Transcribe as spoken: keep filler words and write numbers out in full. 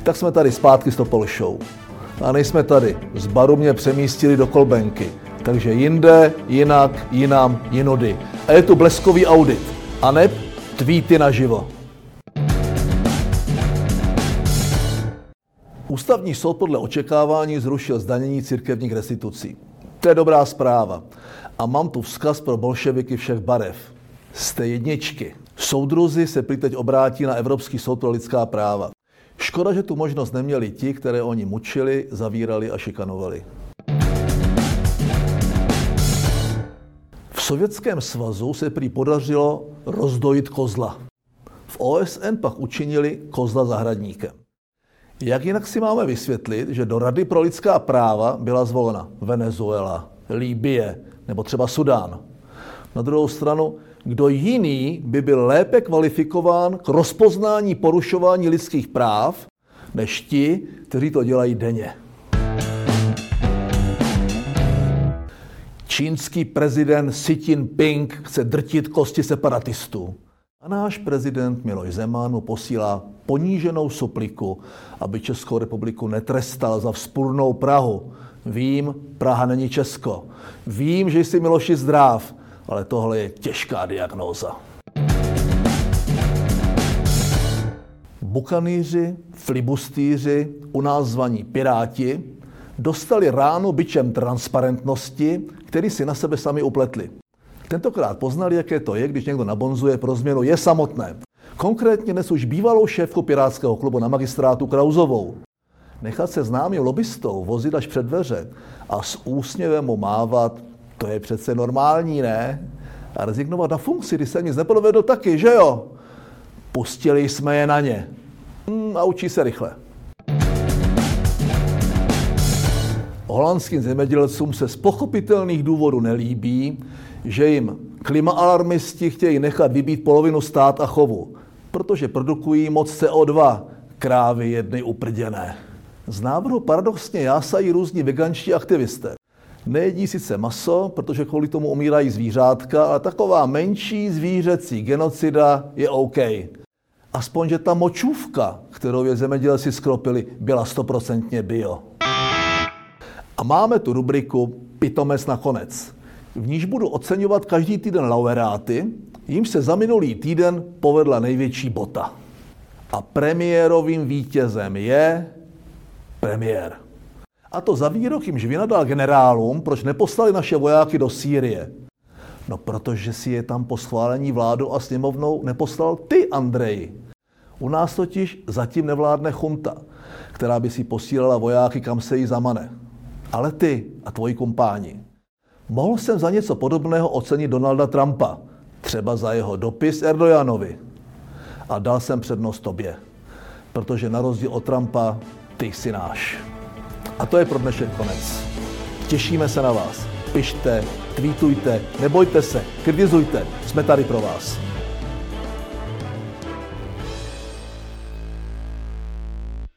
tak jsme tady zpátky s Topol Show. A nejsme tady. Z baru mě přemístili do kolbenky. Takže jinde, jinak, jinam, jinody. A je tu bleskový audit. A ne tweety naživo. Ústavní soud podle očekávání zrušil zdanění církevních restitucí. To je dobrá zpráva. A mám tu vzkaz pro bolševiky všech barev. Jste jedničky. Soudruzi se prý teď obrátí na Evropský soud pro lidská práva. Škoda, že tu možnost neměli ti, které oni mučili, zavírali a šikanovali. V Sovětském svazu se prý podařilo rozdojit kozla. V O S N pak učinili kozla zahradníkem. Jak jinak si máme vysvětlit, že do Rady pro lidská práva byla zvolena Venezuela, Libye nebo třeba Sudán? Na druhou stranu, kdo jiný by byl lépe kvalifikován k rozpoznání porušování lidských práv, než ti, kteří to dělají denně? Čínský prezident Xi Jinping chce drtit kosti separatistů. A náš prezident Miloš Zeman mu posílá poníženou supliku, aby Českou republiku netrestal za vzpurnou Prahu. Vím, Praha není Česko. Vím, že jsi, Miloši, zdrav, ale tohle je těžká diagnóza. Bukanýři, flibustýři, u nás zvaní Piráti, dostali ránu bičem transparentnosti, který si na sebe sami upletli. Tentokrát poznali, jaké to je, když někdo nabonzuje pro změnu je samotné. Konkrétně dnes už bývalou šéfku Pirátského klubu na magistrátu Krausovou. Nechat se známým lobbystou vozit až před dveře a s úsměvem mu mávat, to je přece normální, ne? A rezignovat na funkci, když se nic neprovedl taky, že jo? Pustili jsme je na ně. Hmm, a učí se rychle. Holandským zemědělcům se z pochopitelných důvodů nelíbí, že jim klimaalarmisti chtějí nechat vybít polovinu stát a chovu, protože produkují moc C O dva, krávy jedny uprděné. Z návrhu paradoxně jásají různí veganští aktivisté. Nejedí sice maso, protože kvůli tomu umírají zvířátka, ale taková menší zvířecí genocida je OK. Aspoň, že ta močůvka, kterou je zemědělci skropili, byla stoprocentně bio. A máme tu rubriku Pitomec nakonec. V níž budu oceňovat každý týden laureáty, jimž se za minulý týden povedla největší bota. A premiérovým vítězem je premiér. A to za výrok, jimž vynadal generálům, proč neposlali naše vojáky do Sýrie. No protože si je tam po schválení vládou a sněmovnou neposlal ty, Andreji. U nás totiž zatím nevládne chunta, která by si posílala vojáky, kam se jí zamane. Ale ty a tvoji kumpáni. Mohl jsem za něco podobného ocenit Donalda Trumpa, třeba za jeho dopis Erdoganovi. A dal jsem přednost tobě, protože na rozdíl od Trumpa, ty jsi náš. A to je pro dnešek konec. Těšíme se na vás. Pište, tweetujte, nebojte se, kritizujte, jsme tady pro vás.